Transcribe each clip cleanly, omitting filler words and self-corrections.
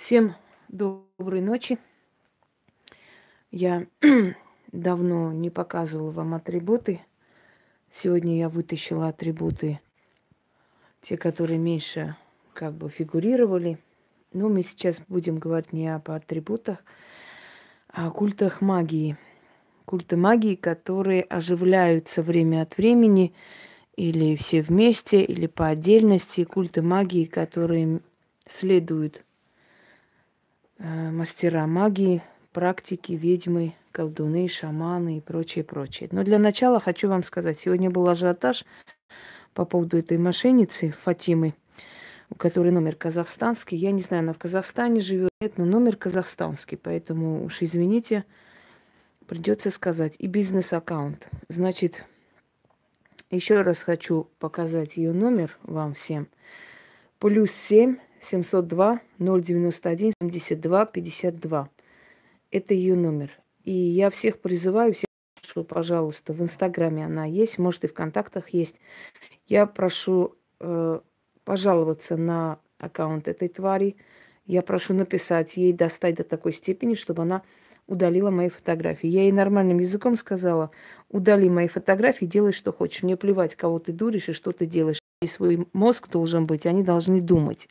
Всем доброй ночи. Я давно не показывала вам атрибуты. Сегодня я вытащила атрибуты, те, которые меньше как бы фигурировали. Но мы сейчас будем говорить не об атрибутах, а о культах магии. Культы магии, которые оживляются время от времени, или все вместе, или по отдельности. Культы магии, которым следуют мастера магии, практики, ведьмы, колдуны, шаманы и прочее, прочее. Но для начала хочу вам сказать, сегодня был ажиотаж по поводу этой мошенницы Фатимы, у которой номер казахстанский. Я не знаю, она в Казахстане живет, нет, но номер казахстанский, поэтому уж извините, придется сказать. И бизнес-аккаунт. Значит, еще раз хочу показать ее номер вам всем. +7 702 091 72 52. Это ее номер. И я всех призываю, всех прошу, пожалуйста, в Инстаграме она есть, может и в контактах есть. Я прошу пожаловаться на аккаунт этой твари. Я прошу написать ей, достать до такой степени, чтобы она удалила мои фотографии. Я ей нормальным языком сказала: удали мои фотографии, делай, что хочешь. Мне плевать, кого ты дуришь и что ты делаешь. И свой мозг должен быть, они должны думать.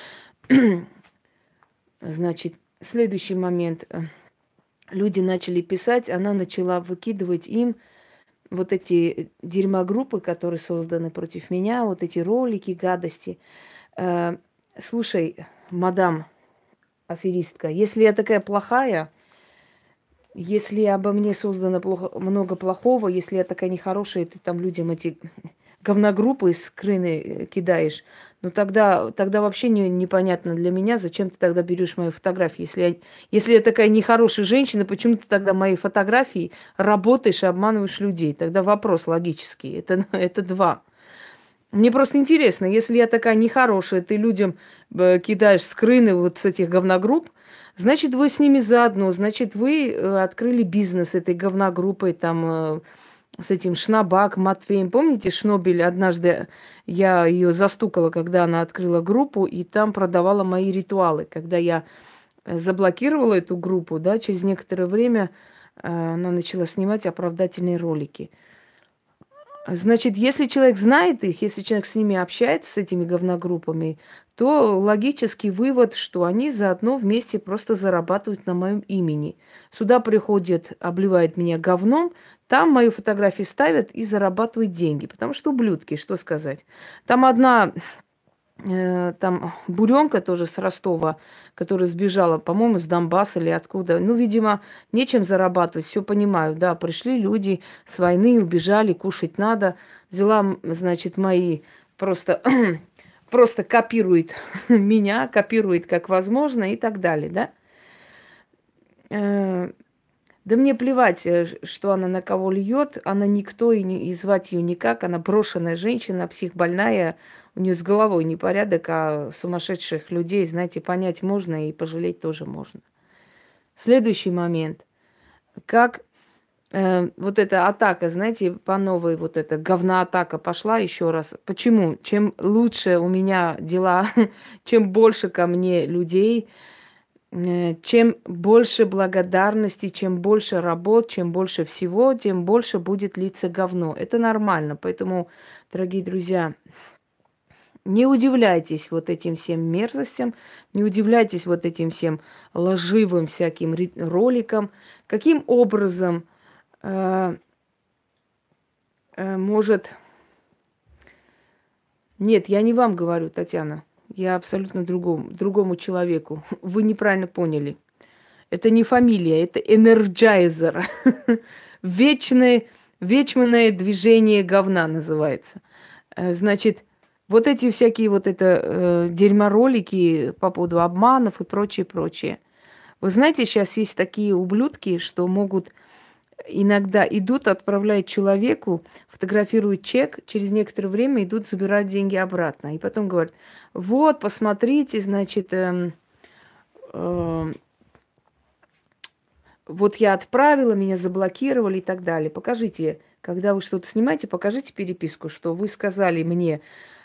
Значит, следующий момент. Люди начали писать, она начала выкидывать им вот эти дерьмогруппы, которые созданы против меня, вот эти ролики, гадости. Слушай, мадам аферистка, если я такая плохая, если обо мне создано много плохого, если я такая нехорошая, ты там людям эти говногруппы из скрыны кидаешь, ну тогда вообще непонятно для меня, зачем ты тогда берешь мои фотографии. Если я такая нехорошая женщина, почему ты тогда мои фотографии работаешь и обманываешь людей? Тогда вопрос логический. Это два. Мне просто интересно, если я такая нехорошая, ты людям кидаешь скрыны вот с этих говногрупп, значит, вы с ними заодно, значит, вы открыли бизнес этой говногруппой, там, с этим Шнабак, Матвеем. Помните, Шнобель, однажды я ее застукала, когда она открыла группу, и там продавала мои ритуалы. Когда я заблокировала эту группу, да, через некоторое время она начала снимать оправдательные ролики. Значит, если человек знает их, если человек с ними общается, с этими говногруппами, то логический вывод, что они заодно вместе просто зарабатывают на моем имени. Сюда приходят, обливают меня говном, там мою фотографию ставят и зарабатывают деньги. Потому что ублюдки, что сказать. Там одна там буренка тоже с Ростова, которая сбежала, по-моему, с Донбасса или откуда. Ну, видимо, нечем зарабатывать, все понимаю. Да, пришли люди с войны, убежали, кушать надо. Взяла, значит, мои просто, просто копирует меня, копирует как возможно и так далее, да. Да мне плевать, что она на кого льет, она никто и звать ее никак, она брошенная женщина, психбольная, у нее с головой непорядок, а сумасшедших людей, знаете, понять можно и пожалеть тоже можно. Следующий момент. Как вот эта атака, знаете, по новой вот эта говноатака пошла еще раз. Почему? Чем лучше у меня дела, чем больше ко мне людей, чем больше благодарности, чем больше работ, чем больше всего, тем больше будет литься говно. Это нормально. Поэтому, дорогие друзья, не удивляйтесь вот этим всем мерзостям, не удивляйтесь вот этим всем лживым всяким роликам. Каким образом может... Нет, я не вам говорю, Татьяна. Я абсолютно другому человеку. Вы неправильно поняли. Это не фамилия, это Energizer. Вечное движение говна называется. Значит, вот эти всякие вот это дерьморолики по поводу обманов и прочее, прочее. Вы знаете, сейчас есть такие ублюдки, что могут иногда идут, отправляют человеку, фотографируют чек, через некоторое время идут забирать деньги обратно. И потом говорят: вот, посмотрите, значит, вот я отправила, меня заблокировали и так далее. Покажите, когда вы что-то снимаете, покажите переписку, что вы сказали мне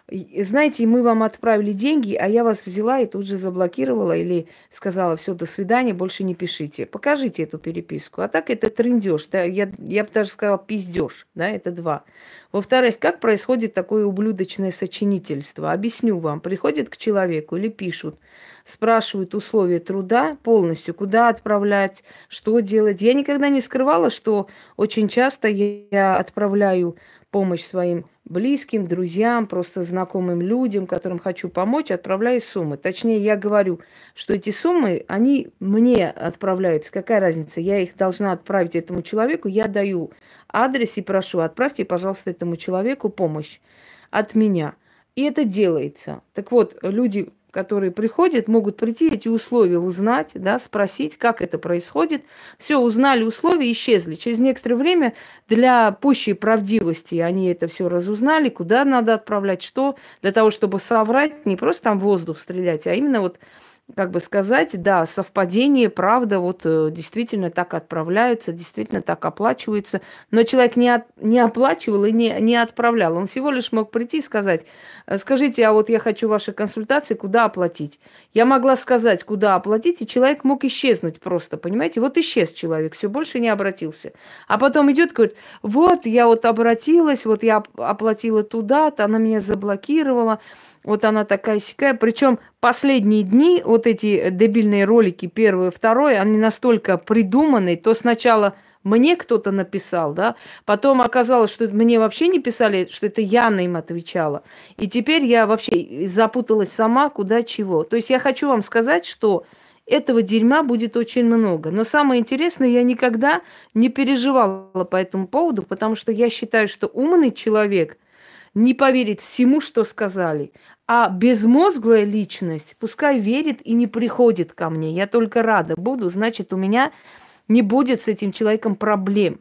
Знаете, мы вам отправили деньги, а я вас взяла и тут же заблокировала или сказала, все, до свидания, больше не пишите. Покажите эту переписку. А так это трындеж, да, я бы даже сказала пиздеж, да, это два. Во-вторых, как происходит такое ублюдочное сочинительство? Объясню вам. Приходят к человеку или пишут, спрашивают условия труда полностью, куда отправлять, что делать. Я никогда не скрывала, что очень часто я отправляю помощь своим близким, друзьям, просто знакомым людям, которым хочу помочь, отправляю суммы. Точнее, я говорю, что эти суммы, они мне отправляются. Какая разница? Я их должна отправить этому человеку, я даю адрес и прошу, отправьте, пожалуйста, этому человеку помощь от меня. И это делается. Так вот, люди, которые приходят, могут прийти, эти условия узнать, да, спросить, как это происходит. Все, узнали условия, исчезли. Через некоторое время для пущей правдивости они это все разузнали, куда надо отправлять, что, для того, чтобы соврать, не просто там в воздух стрелять, а именно вот как бы сказать, да, совпадение, правда, вот действительно так отправляются, действительно так оплачиваются. Но человек не оплачивал и не отправлял. Он всего лишь мог прийти и сказать, скажите, а вот я хочу ваши консультации, куда оплатить? Я могла сказать, куда оплатить, и человек мог исчезнуть просто, понимаете? Вот исчез человек, все больше не обратился. А потом идет, говорит, вот я вот обратилась, вот я оплатила туда-то, она меня заблокировала. Вот она такая-сякая. Причем последние дни, вот эти дебильные ролики, первый, второй, они настолько придуманы, то сначала мне кто-то написал, да, потом оказалось, что мне вообще не писали, что это Яна им отвечала. И теперь я вообще запуталась сама, куда чего. То есть я хочу вам сказать, что этого дерьма будет очень много. Но самое интересное, я никогда не переживала по этому поводу, потому что я считаю, что умный человек не поверит всему, что сказали. А безмозглая личность пускай верит и не приходит ко мне. Я только рада буду, значит, у меня не будет с этим человеком проблем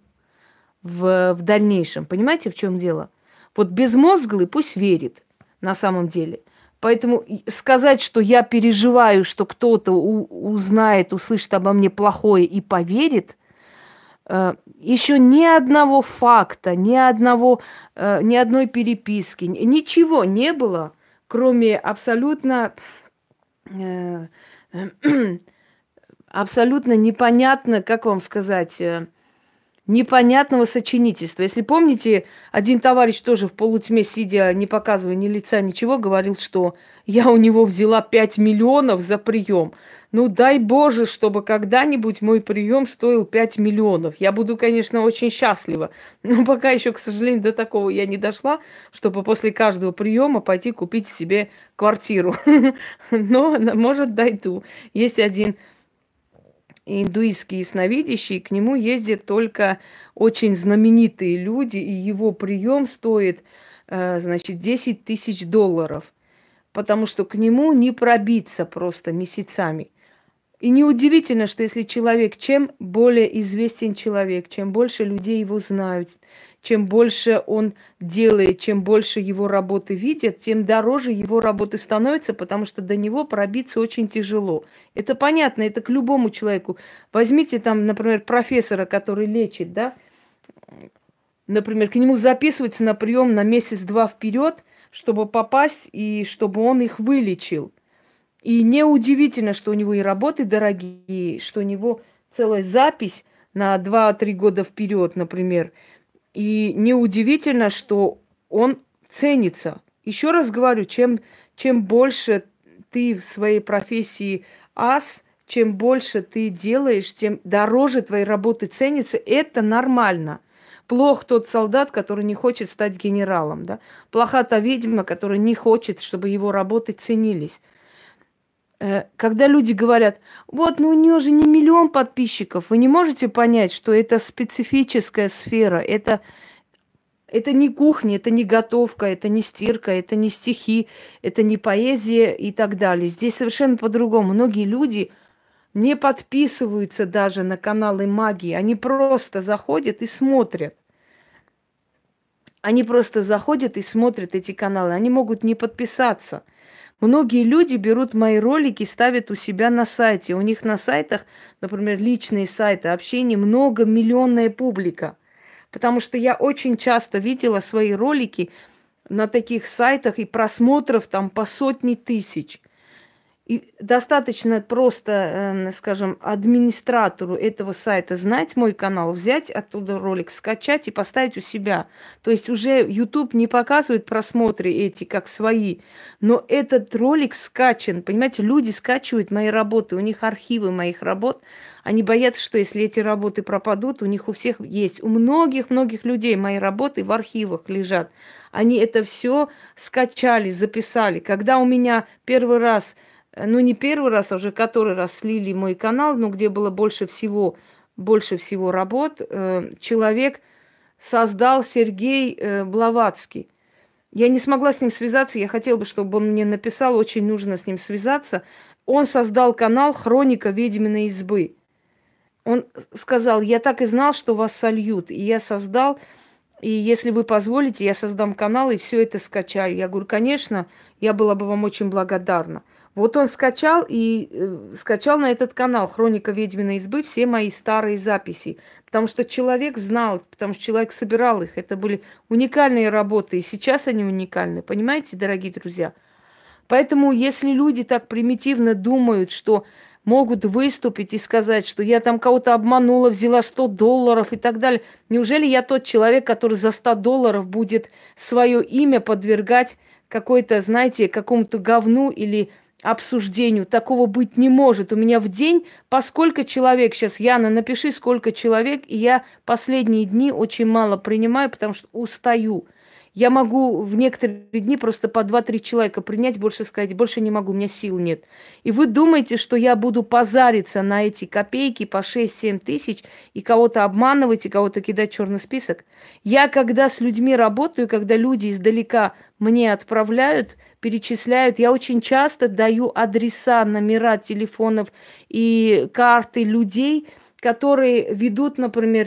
в дальнейшем. Понимаете, в чем дело? Вот безмозглый пусть верит на самом деле. Поэтому сказать, что я переживаю, что кто-то узнает, услышит обо мне плохое и поверит, еще ни одного факта, ни одной переписки, ничего не было, кроме абсолютно, абсолютно непонятно, как вам сказать, непонятного сочинительства. Если помните, один товарищ тоже в полутьме, сидя, не показывая ни лица, ничего, говорил, что я у него взяла 5 миллионов за прием. Ну, дай Боже, чтобы когда-нибудь мой прием стоил 5 миллионов. Я буду, конечно, очень счастлива. Но пока еще, к сожалению, до такого я не дошла, чтобы после каждого приема пойти купить себе квартиру. Но, может, дойду. Есть один индуистский ясновидящий, к нему ездят только очень знаменитые люди, и его прием стоит, значит, 10 тысяч долларов, потому что к нему не пробиться просто месяцами. И неудивительно, что если человек, чем более известен человек, чем больше людей его знают, чем больше он делает, чем больше его работы видят, тем дороже его работы становятся, потому что до него пробиться очень тяжело. Это понятно, это к любому человеку. Возьмите там, например, профессора, который лечит, да, например, к нему записывается на прием на месяц-два вперед, чтобы попасть и чтобы он их вылечил. И неудивительно, что у него и работы дорогие, что у него целая запись на 2-3 года вперед, например. И неудивительно, что он ценится. Еще раз говорю, чем больше ты в своей профессии ас, чем больше ты делаешь, тем дороже твои работы ценятся. Это нормально. Плох тот солдат, который не хочет стать генералом. Да? Плоха та ведьма, которая не хочет, чтобы его работы ценились. Когда люди говорят, вот, ну у нее же не 1 миллион подписчиков, вы не можете понять, что это специфическая сфера, это не кухня, это не готовка, это не стирка, это не стихи, это не поэзия и так далее. Здесь совершенно по-другому. Многие люди не подписываются даже на каналы магии, они просто заходят и смотрят. Они просто заходят и смотрят эти каналы, они могут не подписаться. Многие люди берут мои ролики, ставят у себя на сайте. У них на сайтах, например, личные сайты, общение, многомиллионная публика. Потому что я очень часто видела свои ролики на таких сайтах и просмотров там по сотни тысяч. И достаточно просто, скажем, администратору этого сайта знать мой канал, взять оттуда ролик, скачать и поставить у себя. То есть уже YouTube не показывает просмотры эти как свои, но этот ролик скачан. Понимаете, люди скачивают мои работы, у них архивы моих работ. Они боятся, что если эти работы пропадут, у них у всех есть, у многих-многих людей мои работы в архивах лежат. Они это все скачали, записали. Когда у меня первый раз, ну не первый раз, а уже который раз слили мой канал, ну где было больше всего работ, человек создал Сергей Блаватский. Я не смогла с ним связаться, я хотела бы, чтобы он мне написал, очень нужно с ним связаться. Он создал канал «Хроника ведьминой избы». Он сказал, я так и знал, что вас сольют. И я создал, и если вы позволите, я создам канал и все это скачаю. Я говорю, конечно, я была бы вам очень благодарна. Вот он скачал и скачал на этот канал «Хроника ведьминой избы» все мои старые записи. Потому что человек знал, потому что человек собирал их. Это были уникальные работы, и сейчас они уникальны. Понимаете, дорогие друзья? Поэтому, если люди так примитивно думают, что могут выступить и сказать, что я там кого-то обманула, взяла $100 и так далее. Неужели я тот человек, который за $100 будет свое имя подвергать какой-то, знаете, какому-то говну или обсуждению? Такого быть не может. У меня в день по сколько человек сейчас? Яна, напиши, сколько человек. И я последние дни очень мало принимаю, потому что устаю. Я могу в некоторые дни просто по 2-3 человека принять, больше сказать, больше не могу, у меня сил нет. И вы думаете, что я буду позариться на эти копейки по 6-7 тысяч и кого-то обманывать, и кого-то кидать в черный список? Я когда с людьми работаю, когда люди издалека мне отправляют, перечисляют, я очень часто даю адреса, номера телефонов и карты людей, которые ведут, например,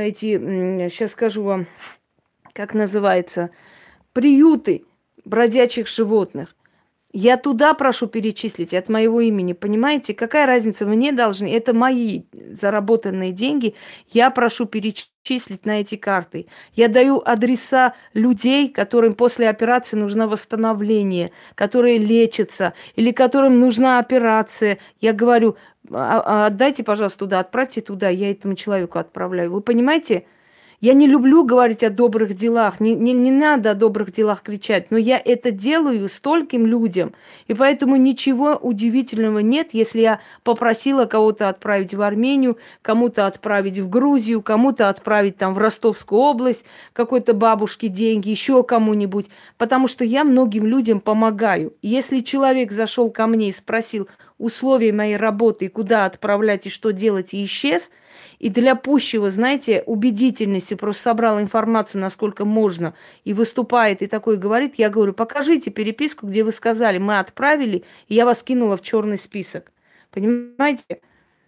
сейчас скажу вам, как называется, приюты бродячих животных. Я туда прошу перечислить от моего имени, понимаете? Какая разница, мне должны, это мои заработанные деньги, я прошу перечислить на эти карты. Я даю адреса людей, которым после операции нужно восстановление, которые лечатся, или которым нужна операция. Я говорю, отдайте, пожалуйста, туда, отправьте туда, я этому человеку отправляю. Вы понимаете? Я не люблю говорить о добрых делах, не надо о добрых делах кричать, но я это делаю стольким людям, и поэтому ничего удивительного нет, если я попросила кого-то отправить в Армению, кому-то отправить в Грузию, кому-то отправить там в Ростовскую область, какой-то бабушке деньги, еще кому-нибудь, потому что я многим людям помогаю. Если человек зашел ко мне и спросил условия моей работы, и куда отправлять, и что делать, и исчез, и для пущего, знаете, убедительности просто собрал информацию, насколько можно, и выступает, и такой говорит, я говорю, покажите переписку, где вы сказали, мы отправили, и я вас кинула в черный список. Понимаете?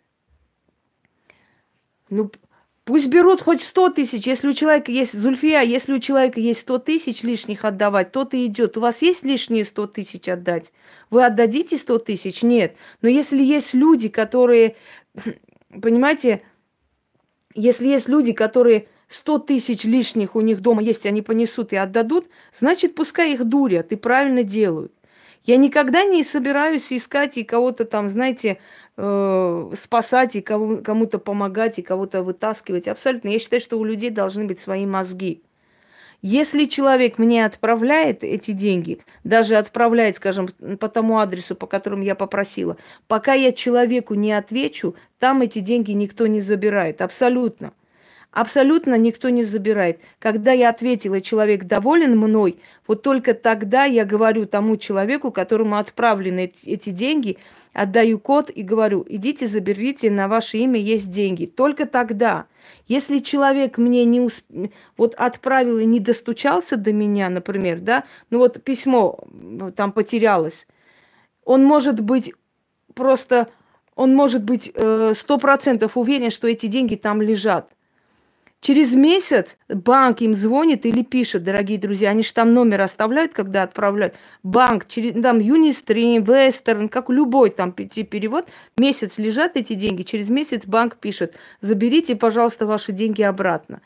Ну, пусть берут хоть 100 тысяч, если у человека есть, Зульфия, если у человека есть 100 тысяч лишних отдавать, то и идет. У вас есть лишние 100 тысяч отдать? Вы отдадите 100 тысяч? Нет. Но если есть люди, которые, понимаете, если есть люди, которые 100 тысяч лишних у них дома есть, они понесут и отдадут, значит, пускай их дурят и правильно делают. Я никогда не собираюсь искать и кого-то там, знаете, спасать, и кому-то помогать, и кого-то вытаскивать. Абсолютно. Я считаю, что у людей должны быть свои мозги. Если человек мне отправляет эти деньги, даже отправляет, скажем, по тому адресу, по которому я попросила, пока я человеку не отвечу, там эти деньги никто не забирает. Абсолютно. Абсолютно никто не забирает. Когда я ответила, и человек доволен мной, вот только тогда я говорю тому человеку, которому отправлены эти деньги, отдаю код и говорю, идите заберите, на ваше имя есть деньги. Только тогда. Если человек мне не вот отправил и не достучался до меня, например, да, ну вот письмо там потерялось, он может быть просто, он может быть 100% уверен, что эти деньги там лежат. Через месяц банк им звонит или пишет, дорогие друзья, они же там номер оставляют, когда отправляют. Банк, там Юнистрим, Вестерн, как любой там перевод, месяц лежат эти деньги, через месяц банк пишет, заберите, пожалуйста, ваши деньги обратно.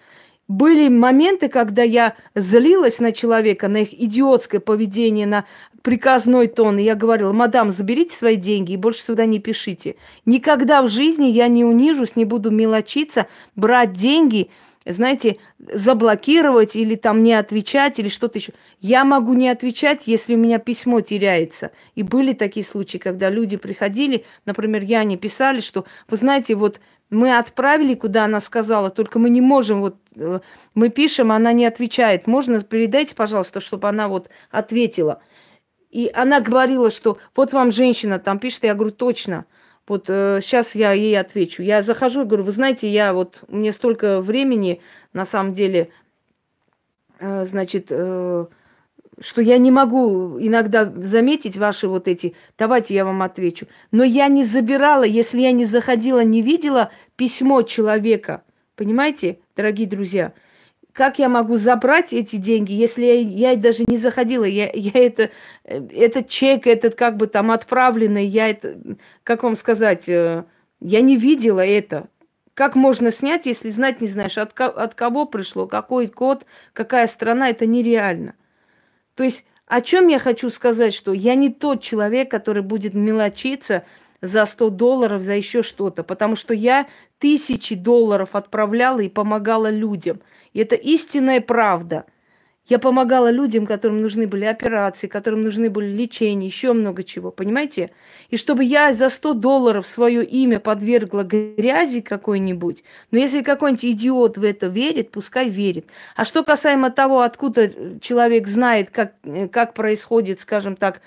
Были моменты, когда я злилась на человека, на их идиотское поведение, на приказной тон. И я говорила: мадам, заберите свои деньги и больше сюда не пишите. Никогда в жизни я не унижусь, не буду мелочиться, брать деньги, знаете, заблокировать или там не отвечать, или что-то еще. Я могу не отвечать, если у меня письмо теряется. И были такие случаи, когда люди приходили, например, Яне писали, что, вы знаете, вот мы отправили, куда она сказала, только мы не можем, вот мы пишем, она не отвечает. Можно передайте, пожалуйста, чтобы она вот ответила. И она говорила, что вот вам женщина там пишет, я говорю, точно. Вот сейчас я ей отвечу. Я захожу и говорю: вы знаете, я вот, мне столько времени, на самом деле, значит, что я не могу иногда заметить ваши вот эти, давайте я вам отвечу. Но я не забирала, если я не заходила, не видела письмо человека. Понимаете, дорогие друзья? Как я могу забрать эти деньги, если я даже не заходила? Этот чек, этот как бы там отправленный, я это, как вам сказать, я не видела это. Как можно снять, если знать не знаешь, от кого пришло, какой код, какая страна, это нереально. То есть о чем я хочу сказать, что я не тот человек, который будет мелочиться за $100, за еще что-то, потому что я тысячи долларов отправляла и помогала людям. И это истинная правда. Я помогала людям, которым нужны были операции, которым нужны были лечения, еще много чего, понимаете? И чтобы я за $100 свое имя подвергла грязи какой-нибудь, но если какой-нибудь идиот в это верит, пускай верит. А что касаемо того, откуда человек знает, как происходит, скажем так,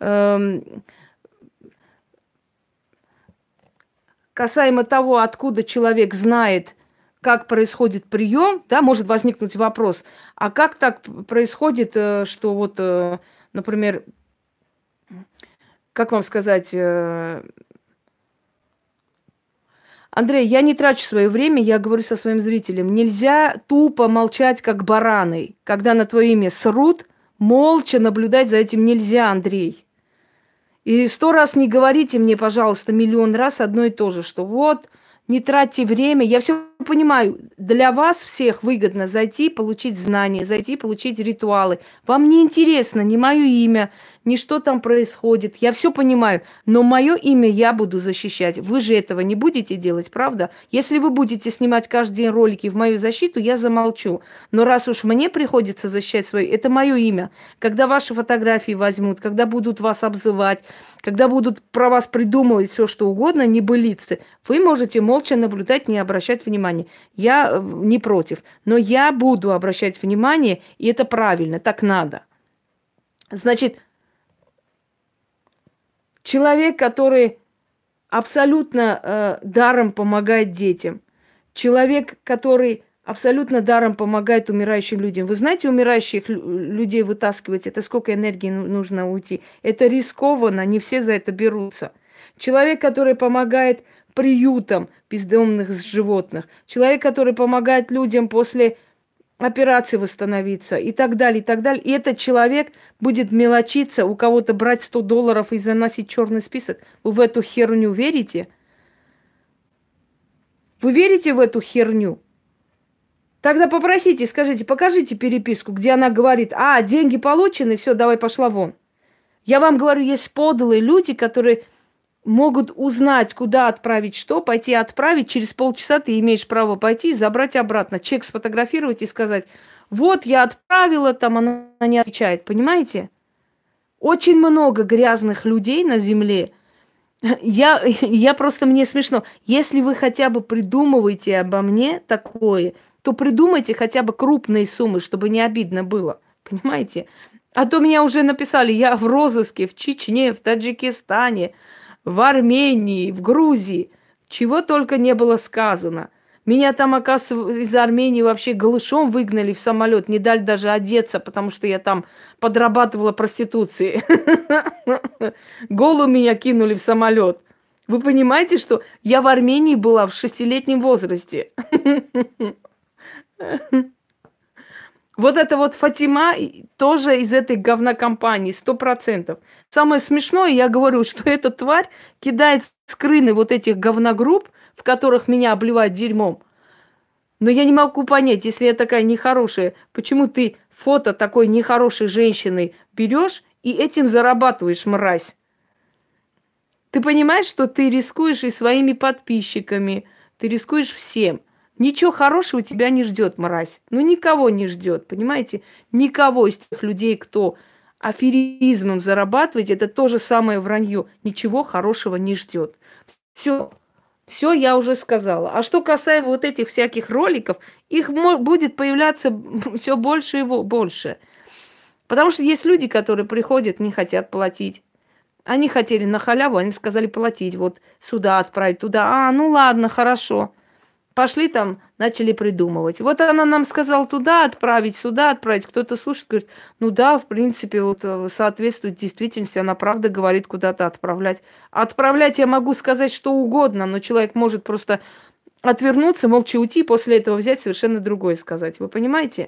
касаемо того, откуда человек знает, как происходит прием, да, может возникнуть вопрос, а как так происходит, что вот, например, как вам сказать, Андрей, я не трачу свое время, я говорю со своим зрителем, нельзя тупо молчать, как бараны, когда на твое имя срут, молча наблюдать за этим нельзя, Андрей. И 100 раз не говорите мне, пожалуйста, миллион раз одно и то же, что вот, не тратьте время. Я все понимаю, для вас всех выгодно зайти, получить знания, зайти, получить ритуалы. Вам не интересно ни мое имя, ни что там происходит. Я все понимаю, но мое имя я буду защищать. Вы же этого не будете делать, правда? Если вы будете снимать каждый день ролики в мою защиту, я замолчу. Но раз уж мне приходится защищать свое, это мое имя. Когда ваши фотографии возьмут, когда будут вас обзывать, когда будут про вас придумывать все, что угодно, небылицы, вы можете молча наблюдать, не обращать внимания. Я не против. Но я буду обращать внимание, и это правильно, так надо. Значит, человек, который абсолютно даром помогает детям, человек, который абсолютно даром помогает умирающим людям. Вы знаете, умирающих людей вытаскивать, это сколько энергии нужно уйти. Это рискованно, не все за это берутся. Человек, который помогает приютам бездомных животных. Человек, который помогает людям после операции восстановиться и так далее, и так далее. И этот человек будет мелочиться, у кого-то брать $100 и заносить черный список. Вы в эту херню верите? Вы верите в эту херню? Тогда попросите, скажите, покажите переписку, где она говорит: а, деньги получены, все, давай пошла вон. Я вам говорю, есть подлые люди, которые могут узнать, куда отправить что, пойти отправить. Через полчаса ты имеешь право пойти и забрать обратно. Чек сфотографировать и сказать: вот я отправила, там она не отвечает. Понимаете? Очень много грязных людей на земле. Я просто, мне смешно. Если вы хотя бы придумываете обо мне такое, то придумайте хотя бы крупные суммы, чтобы не обидно было. Понимаете? А то меня уже написали: я в розыске в Чечне, в Таджикистане, в Армении, в Грузии. Чего только не было сказано. Меня там, оказывается, из Армении вообще голышом выгнали в самолет, не дали даже одеться, потому что я там подрабатывала проституцией. Голую меня кинули в самолет. Вы понимаете, что я в Армении была в 6-летнем возрасте? Вот это вот Фатима тоже из этой говнокомпании, 100%. Самое смешное, я говорю, что эта тварь кидает скрины вот этих говногрупп, в которых меня обливают дерьмом, Но я не могу понять, если я такая нехорошая, почему ты фото такой нехорошей женщины берешь и этим зарабатываешь, мразь? Ты понимаешь, что ты рискуешь и своими подписчиками, ты рискуешь всем. Ничего хорошего тебя не ждет, мразь. Ну, никого не ждет, понимаете? Никого из тех людей, кто аферизмом зарабатывает, это то же самое вранье. Ничего хорошего не ждет. Все, все я уже сказала. А что касаемо вот этих всяких роликов, их будет появляться все больше и больше. Потому что есть люди, которые приходят, не хотят платить. Они хотели на халяву, они сказали платить, вот сюда отправить, туда. А, ну ладно, хорошо. Пошли там, начали придумывать. Вот она нам сказала туда отправить, сюда отправить. Кто-то слушает, говорит, ну да, в принципе, вот соответствует действительности, она правда говорит куда-то отправлять. Отправлять я могу сказать что угодно, но человек может просто отвернуться, молча уйти, и после этого взять совершенно другое сказать. Вы понимаете?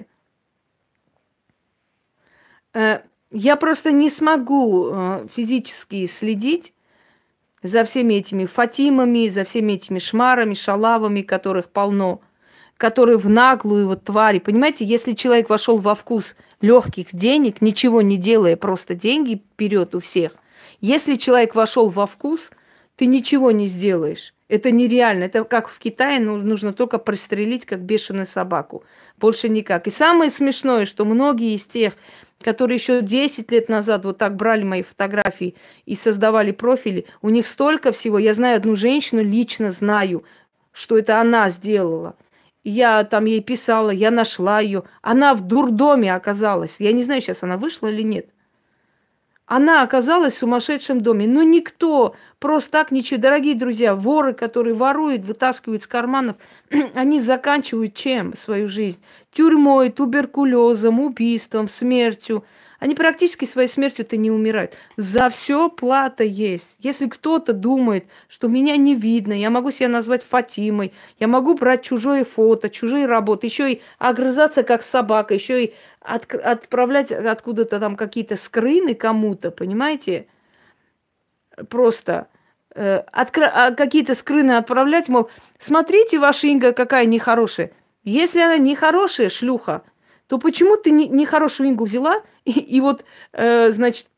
Я просто не смогу физически следить за всеми этими Фатимами, за всеми этими шмарами, шалавами, которых полно, которые в наглую вот твари. Понимаете, если человек вошел во вкус легких денег, ничего не делая, просто деньги берет у всех. Если человек вошел во вкус, ты ничего не сделаешь. Это нереально. Это как в Китае, нужно только пристрелить, как бешеную собаку. Больше никак. И самое смешное, что многие из тех, которые еще 10 лет назад вот так брали мои фотографии и создавали профили, у них столько всего. Я знаю одну женщину, лично знаю, что это она сделала. Я там ей писала, я нашла ее. Она в дурдоме оказалась. Я не знаю, сейчас она вышла или нет. Она оказалась в сумасшедшем доме. Но никто просто так ничего. Дорогие друзья, воры, которые воруют, вытаскивают из карманов, они заканчивают чем свою жизнь? Тюрьмой, туберкулезом, убийством, смертью. Они практически своей смертью-то не умирают. За все плата есть. Если кто-то думает, что меня не видно, я могу себя назвать Фатимой, я могу брать чужое фото, чужие работы, еще и огрызаться как собака, еще и отправлять откуда-то там какие-то скрыны кому-то, понимаете? Просто какие-то скрыны отправлять, мол, смотрите, ваша Инга какая нехорошая. Если она нехорошая шлюха, то почему ты нехорошую Ингу взяла и вот, значит,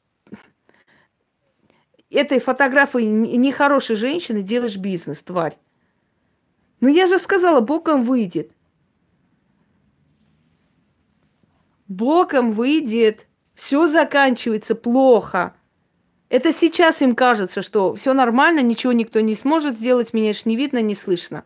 этой фотографией нехорошей женщины делаешь бизнес, тварь? Ну я же сказала, боком выйдет. Боком выйдет. Все заканчивается плохо. Это сейчас им кажется, что все нормально, ничего никто не сможет сделать, меня ж не видно, не слышно.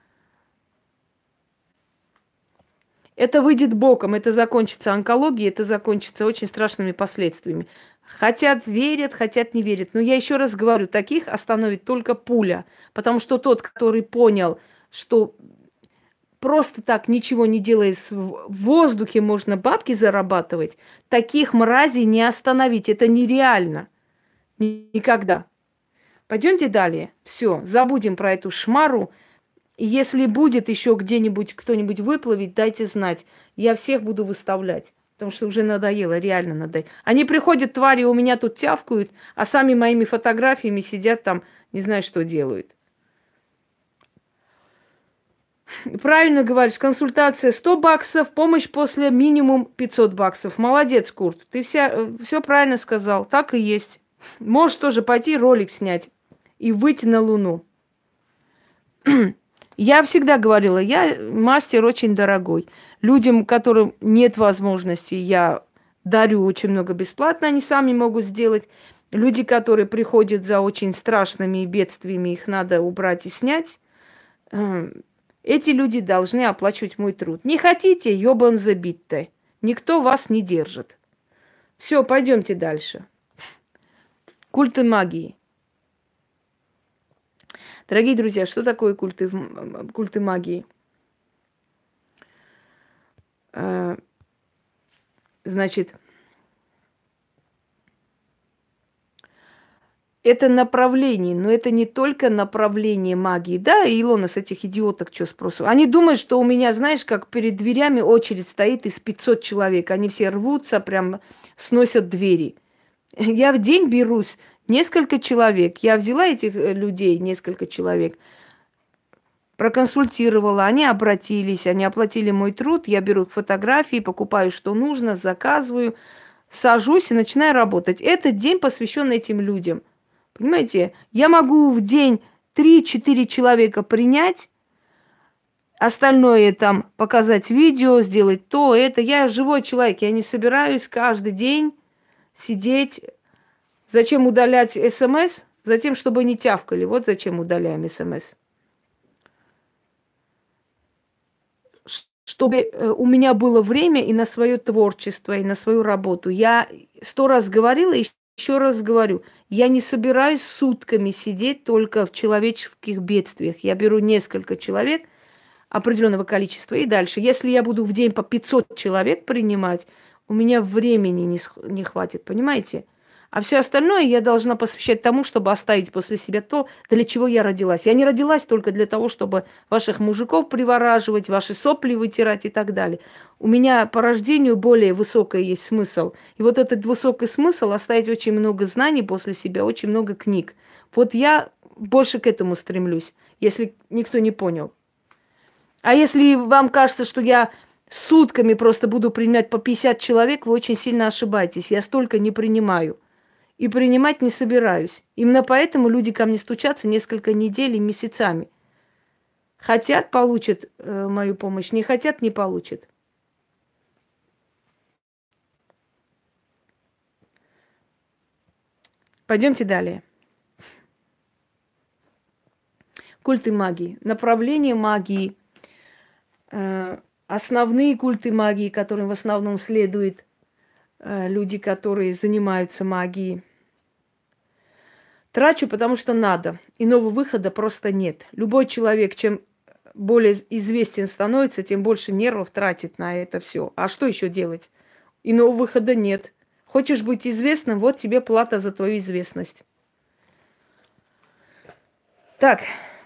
Это выйдет боком, это закончится онкологией, это закончится очень страшными последствиями. Хотят верят, хотят не верят. Но я еще раз говорю, таких остановит только пуля. Потому что тот, который понял, что просто так, ничего не делая, в воздухе можно бабки зарабатывать, таких мразей не остановить. Это нереально. Никогда. Пойдемте далее. Все, забудем про эту шмару. И если будет еще где-нибудь кто-нибудь выплывет, дайте знать. Я всех буду выставлять. Потому что уже надоело, реально надоело. Они приходят, твари, у меня тут тявкают, а сами моими фотографиями сидят там, не знаю, что делают. Правильно говоришь, консультация 100 баксов, помощь после минимум 500 баксов. Молодец, Курт, ты все правильно сказал, так и есть. Можешь тоже пойти ролик снять и выйти на Луну. Я всегда говорила, я мастер очень дорогой. Людям, которым нет возможности, я дарю очень много бесплатно, они сами могут сделать. Люди, которые приходят за очень страшными бедствиями, их надо убрать и снять. Эти люди должны оплачивать мой труд. Не хотите, ёбан забитте. Никто вас не держит. Все, пойдемте дальше. Культы магии. Дорогие друзья, что такое культы магии? Значит, это направление, но это не только направление магии. Да, Илона с этих идиоток что спросу? Они думают, что у меня, знаешь, как перед дверями очередь стоит из 500 человек. Они все рвутся, прям сносят двери. Я в день берусь несколько человек. Я взяла этих людей, несколько человек. проконсультировала, они обратились, они оплатили мой труд, я беру их фотографии, покупаю, что нужно, заказываю, сажусь и начинаю работать. Этот день посвящен этим людям. Понимаете, я могу в день 3-4 человека принять, остальное там показать видео, сделать то, это. Я живой человек, я не собираюсь каждый день сидеть. Зачем удалять СМС? Затем, чтобы не тявкали. Вот зачем удаляем СМС. Чтобы у меня было время и на свое творчество, и на свою работу. Я 100 раз говорила, и еще раз говорю, я не собираюсь сутками сидеть только в человеческих бедствиях. Я беру несколько человек определенного количества и дальше. Если я буду в день по 500 человек принимать, у меня времени не хватит, понимаете? А все остальное я должна посвящать тому, чтобы оставить после себя то, для чего я родилась. Я не родилась только для того, чтобы ваших мужиков привораживать, ваши сопли вытирать и так далее. У меня по рождению более высокий есть смысл. И вот этот высокий смысл — оставить очень много знаний после себя, очень много книг. Вот я больше к этому стремлюсь, если никто не понял. А если вам кажется, что я сутками просто буду принимать по 50 человек, вы очень сильно ошибаетесь. Я столько не принимаю. И принимать не собираюсь. Именно поэтому люди ко мне стучатся несколько недель и месяцами. Хотят — получат мою помощь, не хотят — не получат. Пойдемте далее. Культы магии. Направление магии. Основные культы магии, которым в основном следуют люди, которые занимаются магией. Трачу, потому что надо. Иного выхода просто нет. Любой человек, чем более известен становится, тем больше нервов тратит на это все. А что еще делать? Иного выхода нет. Хочешь быть известным, вот тебе плата за твою известность. Так,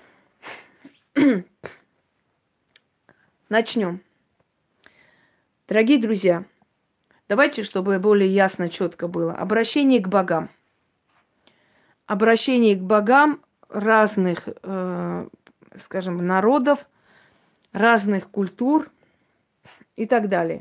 начнем. Дорогие друзья, давайте, чтобы более ясно, четко было. Обращение к богам. Обращение к богам разных, скажем, народов, разных культур и так далее.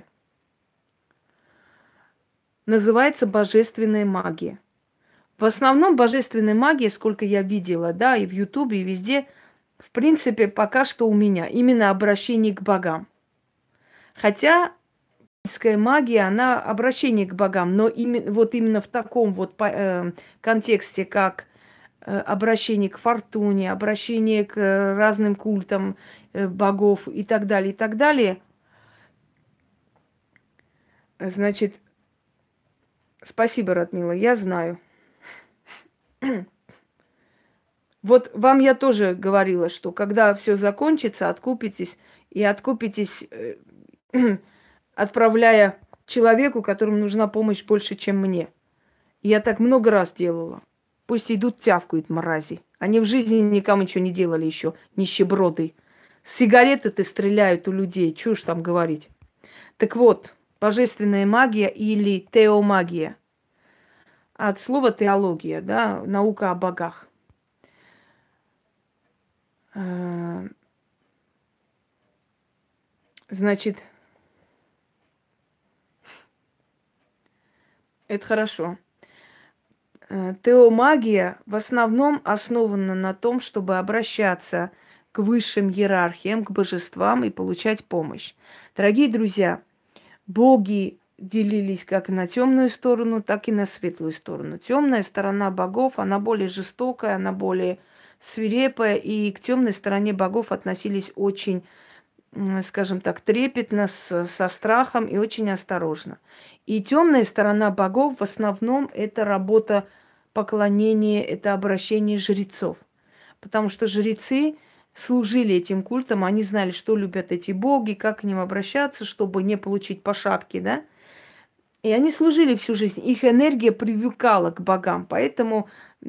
Называется божественная магия. В основном божественная магия, сколько я видела, да, и в Ютубе, и везде, в принципе, пока что у меня именно обращение к богам. Хотя магия, она обращение к богам, но именно в таком вот контексте, как обращение к фортуне, обращение к разным культам богов и так далее, значит, спасибо, Радмила, я знаю. Вот вам я тоже говорила, что когда все закончится, откупитесь, и откупитесь, отправляя человеку, которому нужна помощь больше, чем мне. И я так много раз делала. Пусть идут тявкают, мрази. Они в жизни никому ничего не делали еще, нищеброды. Сигареты-то стреляют у людей, чушь там говорить. Так вот, божественная магия или теомагия. От слова теология, да, наука о богах. Значит, это хорошо. Теомагия в основном основана на том, чтобы обращаться к высшим иерархиям, к божествам и получать помощь. Дорогие друзья, боги делились как на темную сторону, так и на светлую сторону. Темная сторона богов, она более жестокая, она более свирепая, и к темной стороне богов относились очень, скажем так, трепетно, со страхом и очень осторожно. И темная сторона богов в основном это работа поклонения, это обращение жрецов. Потому что жрецы служили этим культам, они знали, что любят эти боги, как к ним обращаться, чтобы не получить по шапке, да. И они служили всю жизнь. Их энергия привлекала к богам, поэтому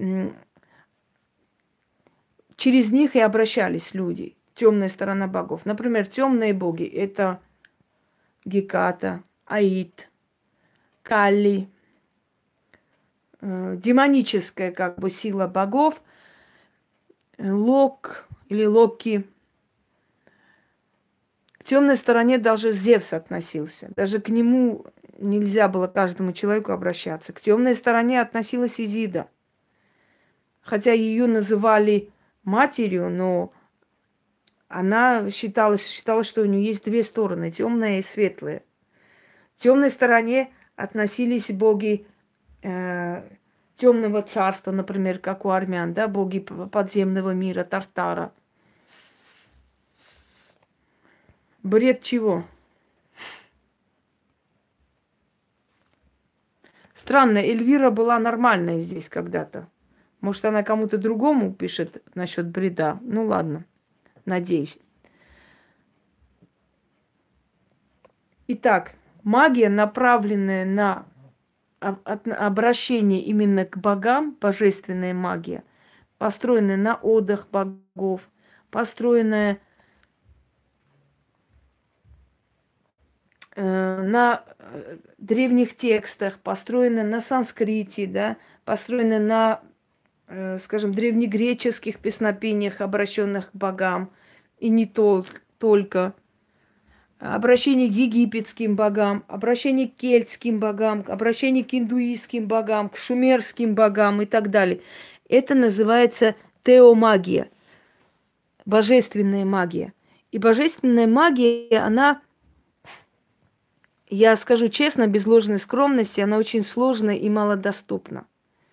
через них и обращались люди. Темная сторона богов. Например, темные боги — это Геката, Аид, Калли. Демоническая как бы сила богов, Лок или Локи, темной стороне даже Зевс относился. Даже к нему нельзя было каждому человеку обращаться. К темной стороне относилась Изида. Хотя ее называли матерью, но она считала, что у нее есть две стороны, темная и светлая. К темной стороне относились боги темного царства, например, как у армян, да, боги подземного мира, Тартара. Бред чего? Странно, Эльвира была нормальная здесь когда-то. Может, она кому-то другому пишет насчет бреда. Ну ладно, надеюсь. Итак, магия, направленная на обращение именно к богам, божественная магия, построенная на одах богов, построенная на древних текстах, построенная на санскрите, да, построенная на, скажем, древнегреческих песнопениях, обращенных к богам, и не только. Обращение к египетским богам, обращение к кельтским богам, обращение к индуистским богам, к шумерским богам и так далее. Это называется теомагия, божественная магия. И божественная магия, она, я скажу честно, без ложной скромности, она очень сложная и малодоступна.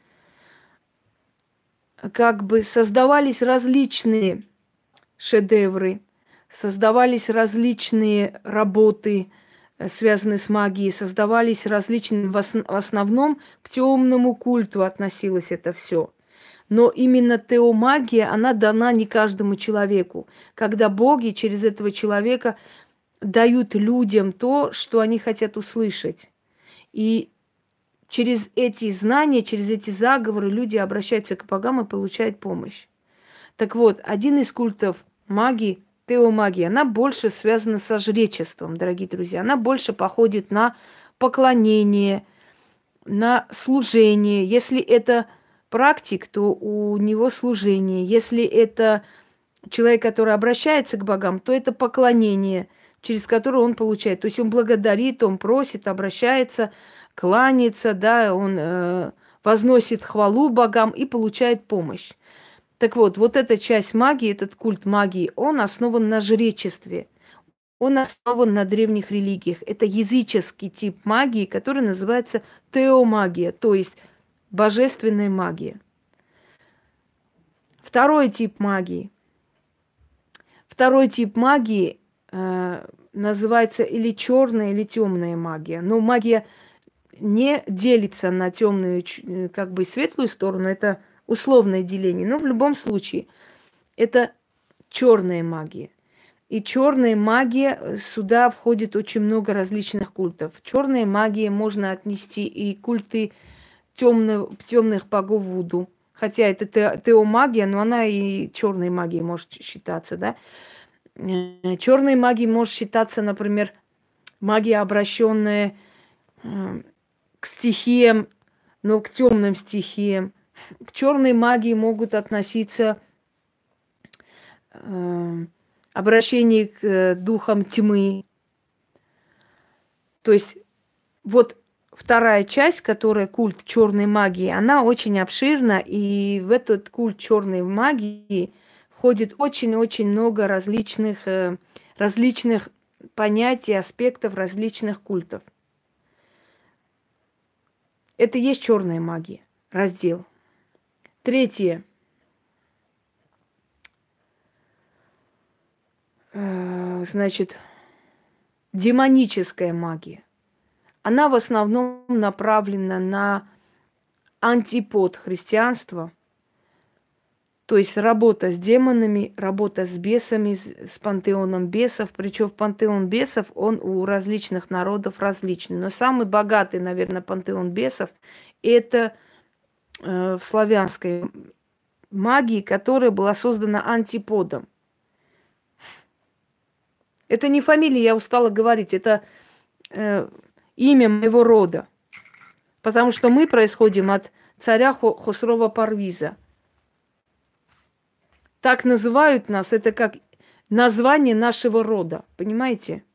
Как бы создавались различные шедевры, создавались различные работы, связанные с магией, создавались различные, в основном к темному культу относилось это все. Но именно теомагия, она дана не каждому человеку, когда боги через этого человека дают людям то, что они хотят услышать. И через эти знания, через эти заговоры люди обращаются к богам и получают помощь. Так вот, один из культов магии, теомагия, она больше связана со жречеством, дорогие друзья. Она больше походит на поклонение, на служение. Если это практик, то у него служение. Если это человек, который обращается к богам, то это поклонение, через которое он получает. То есть он благодарит, он просит, обращается, кланяется, да, он возносит хвалу богам и получает помощь. Так вот, вот эта часть магии, этот культ магии, он основан на жречестве. Он основан на древних религиях. Это языческий тип магии, который называется теомагия, то есть божественная магия. Второй тип магии. Второй тип магии называется или черная, или темная магия. Но магия не делится на темную, как бы светлую сторону. Это условное деление. Но в любом случае это черная магия. И черная магия, сюда входит очень много различных культов. Черная магия можно отнести и культы темных богов Вуду. Хотя это теомагия, но она и черной магией может считаться, да. Черной магией может считаться, например, магия, обращенная к стихиям, но к темным стихиям. К черной магии могут относиться обращение к духам тьмы. То есть вот вторая часть, которая культ черной магии, она очень обширна, и в этот культ черной магии входит очень-очень много различных понятий, аспектов различных культов. Это и есть черная магия, раздел. Третье. Значит, демоническая магия. Она в основном направлена на антипод христианства, то есть работа с демонами, работа с бесами, с пантеоном бесов. Причем пантеон бесов, он у различных народов различный. Но самый богатый, наверное, пантеон бесов – это в славянской магии, которая была создана антиподом. Это не фамилия, я устала говорить, это имя моего рода. Потому что мы происходим от царя Хосрова Парвиза. Так называют нас, это как название нашего рода. Понимаете?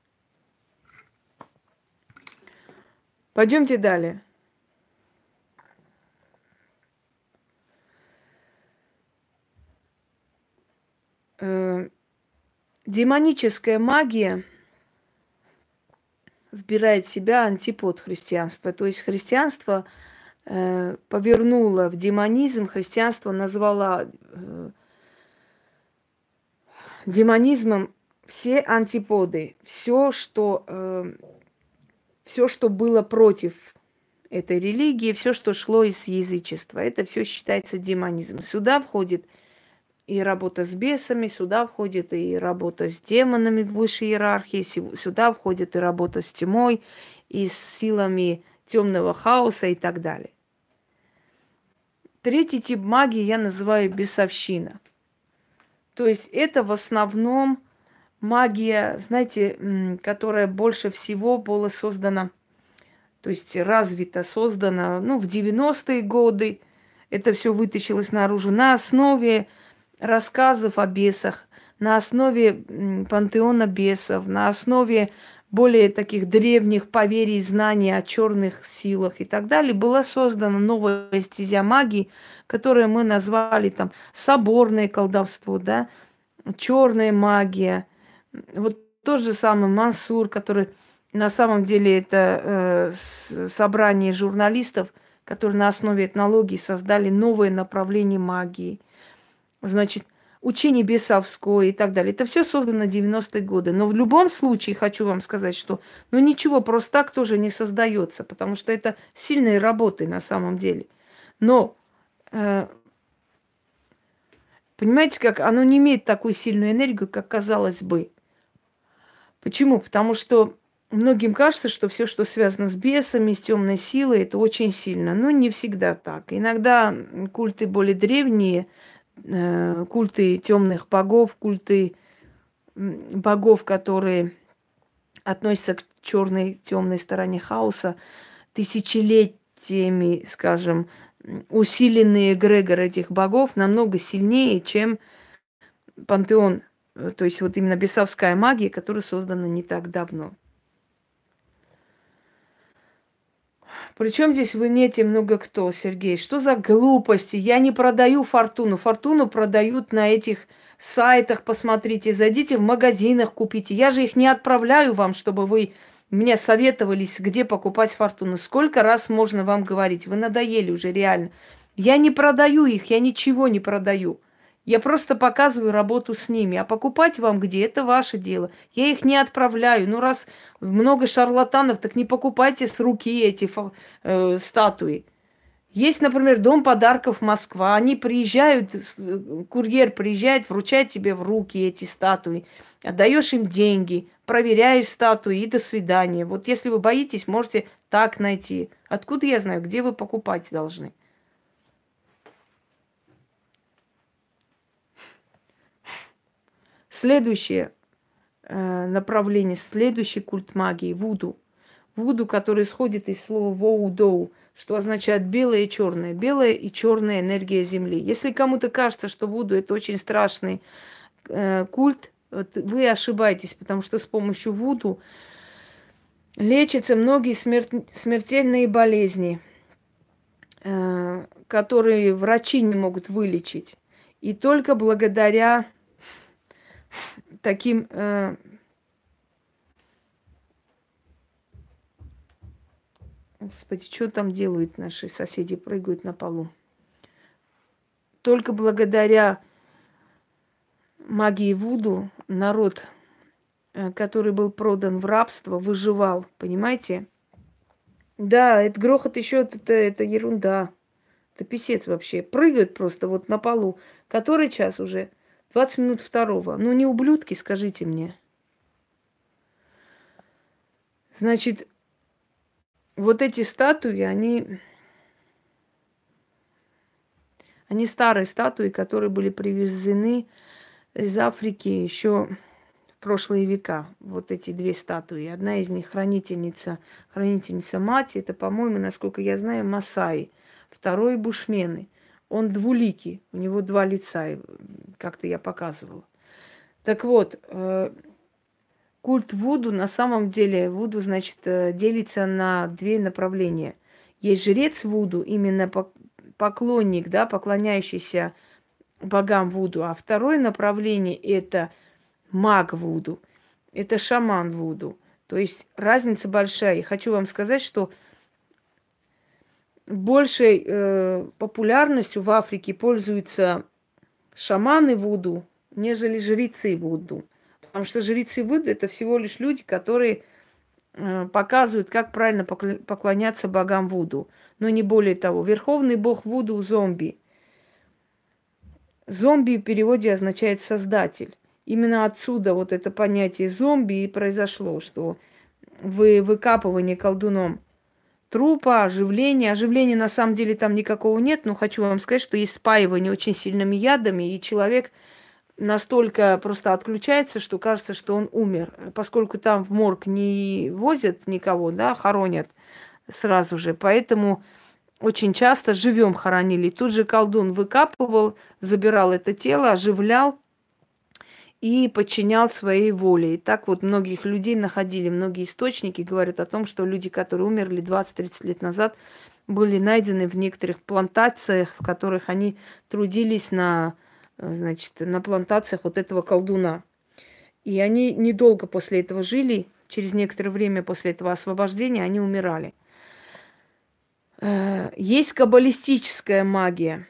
Пойдемте далее. Демоническая магия вбирает в себя антипод христианства. То есть христианство повернуло в демонизм, христианство назвало демонизмом все антиподы, все, что было против этой религии, все, что шло из язычества, это все считается демонизмом. Сюда входит и работа с бесами, сюда входит и работа с демонами в высшей иерархии, сюда входит и работа с тьмой, и с силами темного хаоса и так далее. Третий тип магии я называю бесовщина. То есть это в основном магия, знаете, которая больше всего была создана, то есть развита, создана, в 90-е годы. Это все вытащилось наружу на основе рассказов о бесах, на основе пантеона бесов, на основе более таких древних поверий, знаний о черных силах и так далее, была создана новая стезя магии, которую мы назвали там соборное колдовство, да, черная магия. Вот тот же самый Мансур, который на самом деле это собрание журналистов, которые на основе этнологии создали новое направление магии. Значит, учение бесовское и так далее. Это все создано в 90-е годы. Но в любом случае хочу вам сказать, что ничего просто так тоже не создается, потому что это сильные работы на самом деле. Но понимаете, как оно не имеет такую сильную энергию, как казалось бы. Почему? Потому что многим кажется, что все, что связано с бесами, с темной силой, это очень сильно. Но не всегда так. Иногда культы более древние, культы темных богов, культы богов, которые относятся к черной, темной стороне хаоса, тысячелетиями, скажем, усиленный эгрегор этих богов намного сильнее, чем пантеон, то есть вот именно бесовская магия, которая создана не так давно. Причем здесь вы нете много кто, Сергей? Что за глупости? Я не продаю фортуну. Фортуну продают на этих сайтах, посмотрите, зайдите в магазинах, купите. Я же их не отправляю вам, чтобы вы мне советовались, где покупать фортуну. Сколько раз можно вам говорить? Вы надоели уже реально. Я не продаю их, я ничего не продаю. Я просто показываю работу с ними. А покупать вам где? Это ваше дело. Я их не отправляю. Ну, раз много шарлатанов, так не покупайте с руки эти статуи. Есть, например, Дом подарков Москва. Они приезжают, курьер приезжает, вручает тебе в руки эти статуи. Отдаешь им деньги, проверяешь статуи и до свидания. Вот если вы боитесь, можете так найти. Откуда я знаю, где вы покупать должны? Следующее направление, следующий культ магии – вуду. Вуду, который исходит из слова воу-доу, что означает белое и черное. Белая и черная энергия Земли. Если кому-то кажется, что вуду – это очень страшный культ, вы ошибаетесь, потому что с помощью вуду лечатся многие смертельные болезни, которые врачи не могут вылечить. И только благодаря таким Господи, что там делают наши соседи? Прыгают на полу. Только благодаря магии вуду народ, который был продан в рабство, выживал. Понимаете? Да, это грохот еще, это ерунда. Это писец вообще. Прыгают просто вот на полу. Который час уже? 20 минут второго. Ну, не ублюдки, скажите мне. Значит, вот эти статуи, они старые статуи, которые были привезены из Африки еще в прошлые века. Вот эти две статуи. Одна из них хранительница мать. Это, по-моему, насколько я знаю, масаи. Второй бушмены. Он двуликий. У него два лица. Как-то я показывала. Так вот, культ Вуду, на самом деле, Вуду, значит, делится на две направления. Есть жрец Вуду, именно поклонник, да, поклоняющийся богам Вуду. А второе направление – это маг Вуду, это шаман Вуду. То есть разница большая. И хочу вам сказать, что большей популярностью в Африке пользуются шаманы Вуду, нежели жрецы Вуду. Потому что жрецы Вуду – это всего лишь люди, которые показывают, как правильно поклоняться богам Вуду. Но не более того. Верховный бог Вуду – зомби. Зомби в переводе означает «создатель». Именно отсюда вот это понятие зомби и произошло, что выкапывание колдуном трупа, оживление. Оживления на самом деле там никакого нет, но хочу вам сказать, что есть спаивание очень сильными ядами, и человек настолько просто отключается, что кажется, что он умер. Поскольку там в морг не возят никого, да, хоронят сразу же, поэтому очень часто живем хоронили. Тут же колдун выкапывал, забирал это тело, оживлял и подчинял своей воле. И так вот многих людей находили, многие источники говорят о том, что люди, которые умерли 20-30 лет назад, были найдены в некоторых плантациях, в которых они трудились значит, на плантациях вот этого колдуна. И они недолго после этого жили, через некоторое время после этого освобождения они умирали. Есть каббалистическая магия.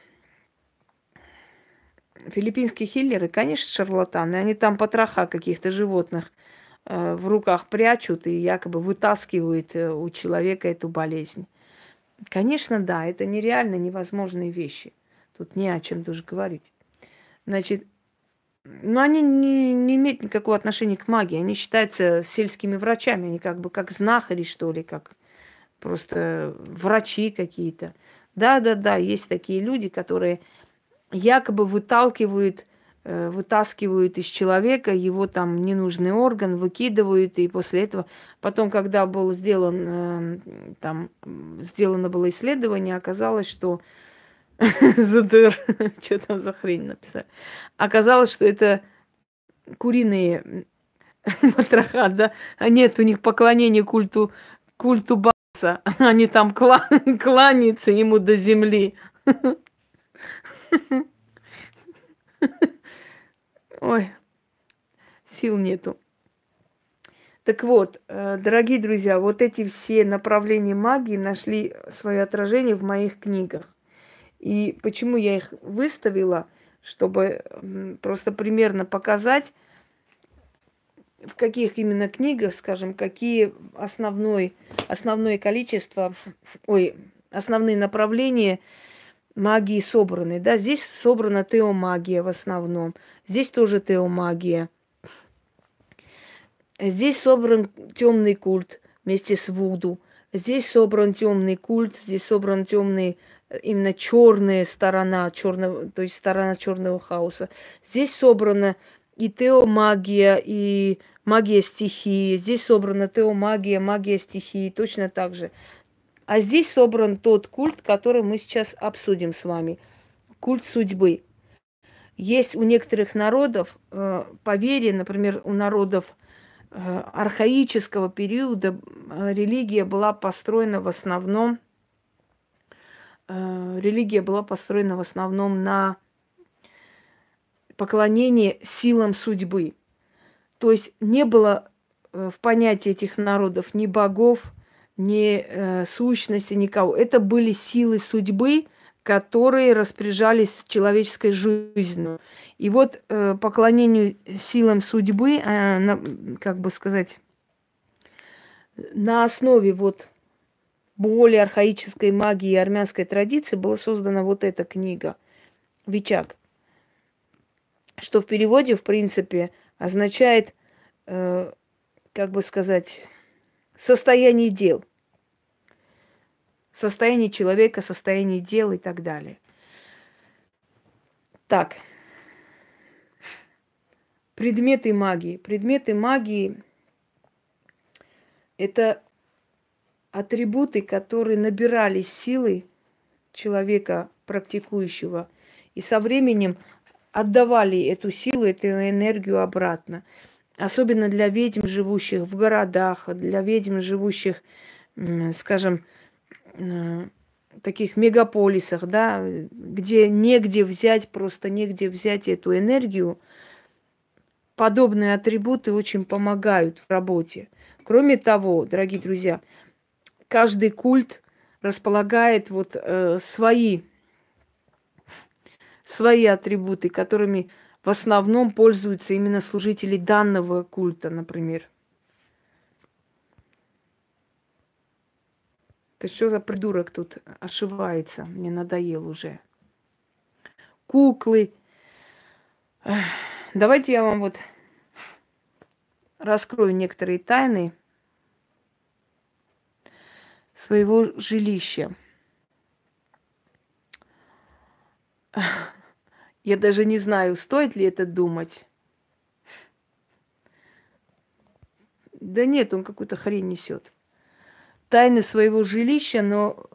Филиппинские хиллеры, конечно, шарлатаны. Они там потроха каких-то животных в руках прячут и якобы вытаскивают у человека эту болезнь. Конечно, да, это нереально невозможные вещи. Тут не о чем даже говорить. Значит, но они не имеют никакого отношения к магии. Они считаются сельскими врачами. Они как бы как знахари, что ли, как просто врачи какие-то. Да, есть такие люди, которые якобы вытаскивают из человека его там ненужный орган, выкидывают, и после этого, потом, когда был сделано было исследование, оказалось, что ЗДР, что там за хрень написали, оказалось, что это куриные потроха, да, а нет, у них поклонение культу Барса, они там кланяются ему до земли. Ой, сил нету. Так вот, дорогие друзья, вот эти все направления магии нашли свое отражение в моих книгах. И почему я их выставила, чтобы просто примерно показать, в каких именно книгах, скажем, какие основное количество, основные направления магии собраны. Да, здесь собрана теомагия в основном. Здесь тоже теомагия. Здесь собран темный культ вместе с Вуду. Здесь собран темный культ, здесь собран темный, именно черная сторона черного, то есть сторона черного хаоса. Здесь собрана и теомагия, и магия стихии. Здесь собрана теомагия, магия стихии, точно так же. А здесь собран тот культ, который мы сейчас обсудим с вами. Культ судьбы. Есть у некоторых народов поверье, например, у народов архаического периода религия была построена в основном на поклонении силам судьбы. То есть не было в понятии этих народов ни богов, ни сущности, никого. Это были силы судьбы, которые распоряжались человеческой жизнью. И вот поклонению силам судьбы, как бы сказать, на основе вот более архаической магии и армянской традиции была создана вот эта книга «Вичак», что в переводе, в принципе, означает, как бы сказать, состояние дел. Состояние человека, состояние дел и так далее. Так. Предметы магии. Предметы магии – это атрибуты, которые набирались силой человека, практикующего. И со временем отдавали эту силу, эту энергию обратно. Особенно для ведьм, живущих в городах, для ведьм, живущих, скажем, таких мегаполисах, да, где негде взять, просто негде взять эту энергию. Подобные атрибуты очень помогают в работе. Кроме того, дорогие друзья, каждый культ располагает вот свои атрибуты, которыми в основном пользуются именно служители данного культа, например. Ты что за придурок тут ошивается? Мне надоел уже. Куклы. Давайте я вам вот раскрою некоторые тайны своего жилища. Я даже не знаю, стоит ли это думать. Да нет, он какую-то хрень несет. Тайны своего жилища, но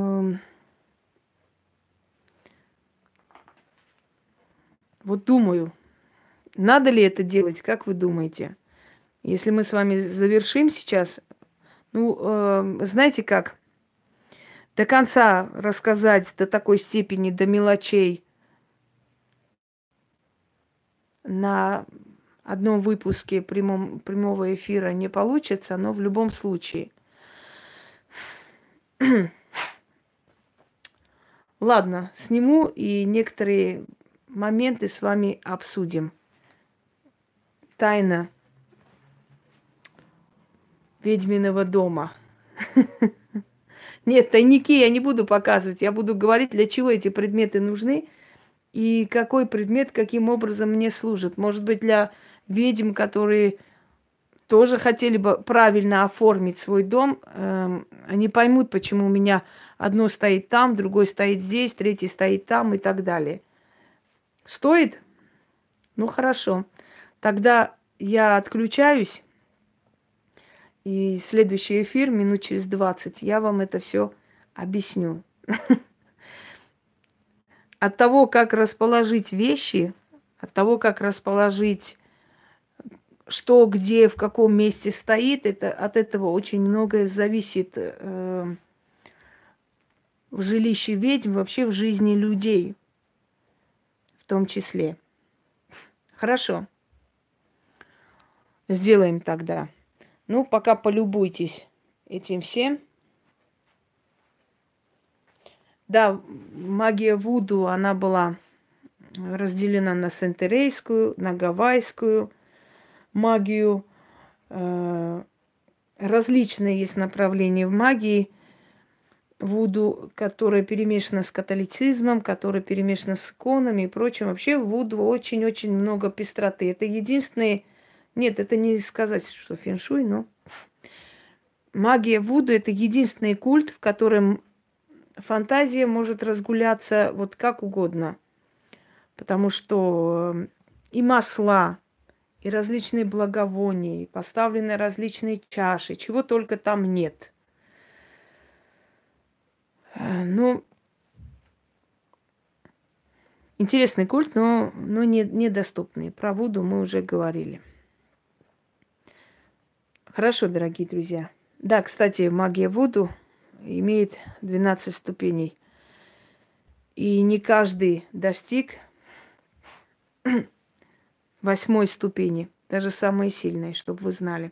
вот думаю, надо ли это делать, как вы думаете? Если мы с вами завершим сейчас, знаете как, до конца рассказать до такой степени, до мелочей на одном выпуске прямого эфира не получится, но в любом случае. Ладно, сниму и некоторые моменты с вами обсудим. Тайна ведьминого дома. Нет, тайники я не буду показывать. Я буду говорить, для чего эти предметы нужны и какой предмет каким образом мне служит. Может быть, для ведьм, которые тоже хотели бы правильно оформить свой дом, они поймут, почему у меня одно стоит там, другой стоит здесь, третий стоит там и так далее. Стоит? Ну, хорошо. Тогда я отключаюсь. И следующий эфир, минут через 20, я вам это все объясню. От того, как расположить вещи, от того, как расположить, что, где, в каком месте стоит, от этого очень многое зависит в жилище ведьм, вообще в жизни людей в том числе. Хорошо. Сделаем тогда. Ну, пока полюбуйтесь этим всем. Да, магия Вуду, она была разделена на сентерейскую, на гавайскую магию. Различные есть направления в магии Вуду, которая перемешана с католицизмом, которая перемешана с иконами и прочим. Вообще в Вуду очень-очень много пестроты. Это единственные... Нет, это не сказать, что фэншуй, но... Магия Вуду – это единственный культ, в котором фантазия может разгуляться вот как угодно. Потому что и масла, и различные благовония, и поставлены различные чаши, чего только там нет. Ну, интересный культ, но недоступный. Про Вуду мы уже говорили. Хорошо, дорогие друзья. Да, кстати, магия Вуду имеет 12 ступеней. И не каждый достиг 8 ступени, даже самые сильные, чтобы вы знали.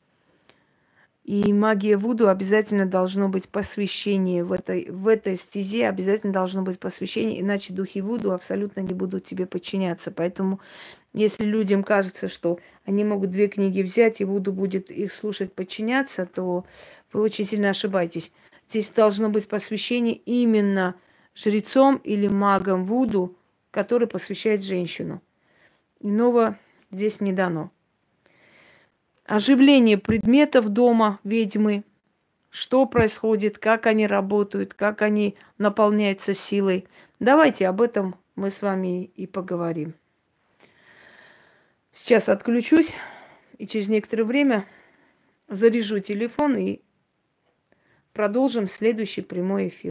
И магия Вуду обязательно должно быть посвящение в этой стезе, обязательно должно быть посвящение, иначе духи Вуду абсолютно не будут тебе подчиняться. Поэтому, если людям кажется, что они могут 2 книги взять, и Вуду будет их слушать, подчиняться, то вы очень сильно ошибаетесь. Здесь должно быть посвящение именно жрецом или магом Вуду, который посвящает женщину. Иного здесь не дано. Оживление предметов дома ведьмы, что происходит, как они работают, как они наполняются силой. Давайте об этом мы с вами и поговорим. Сейчас отключусь и через некоторое время заряжу телефон и продолжим следующий прямой эфир.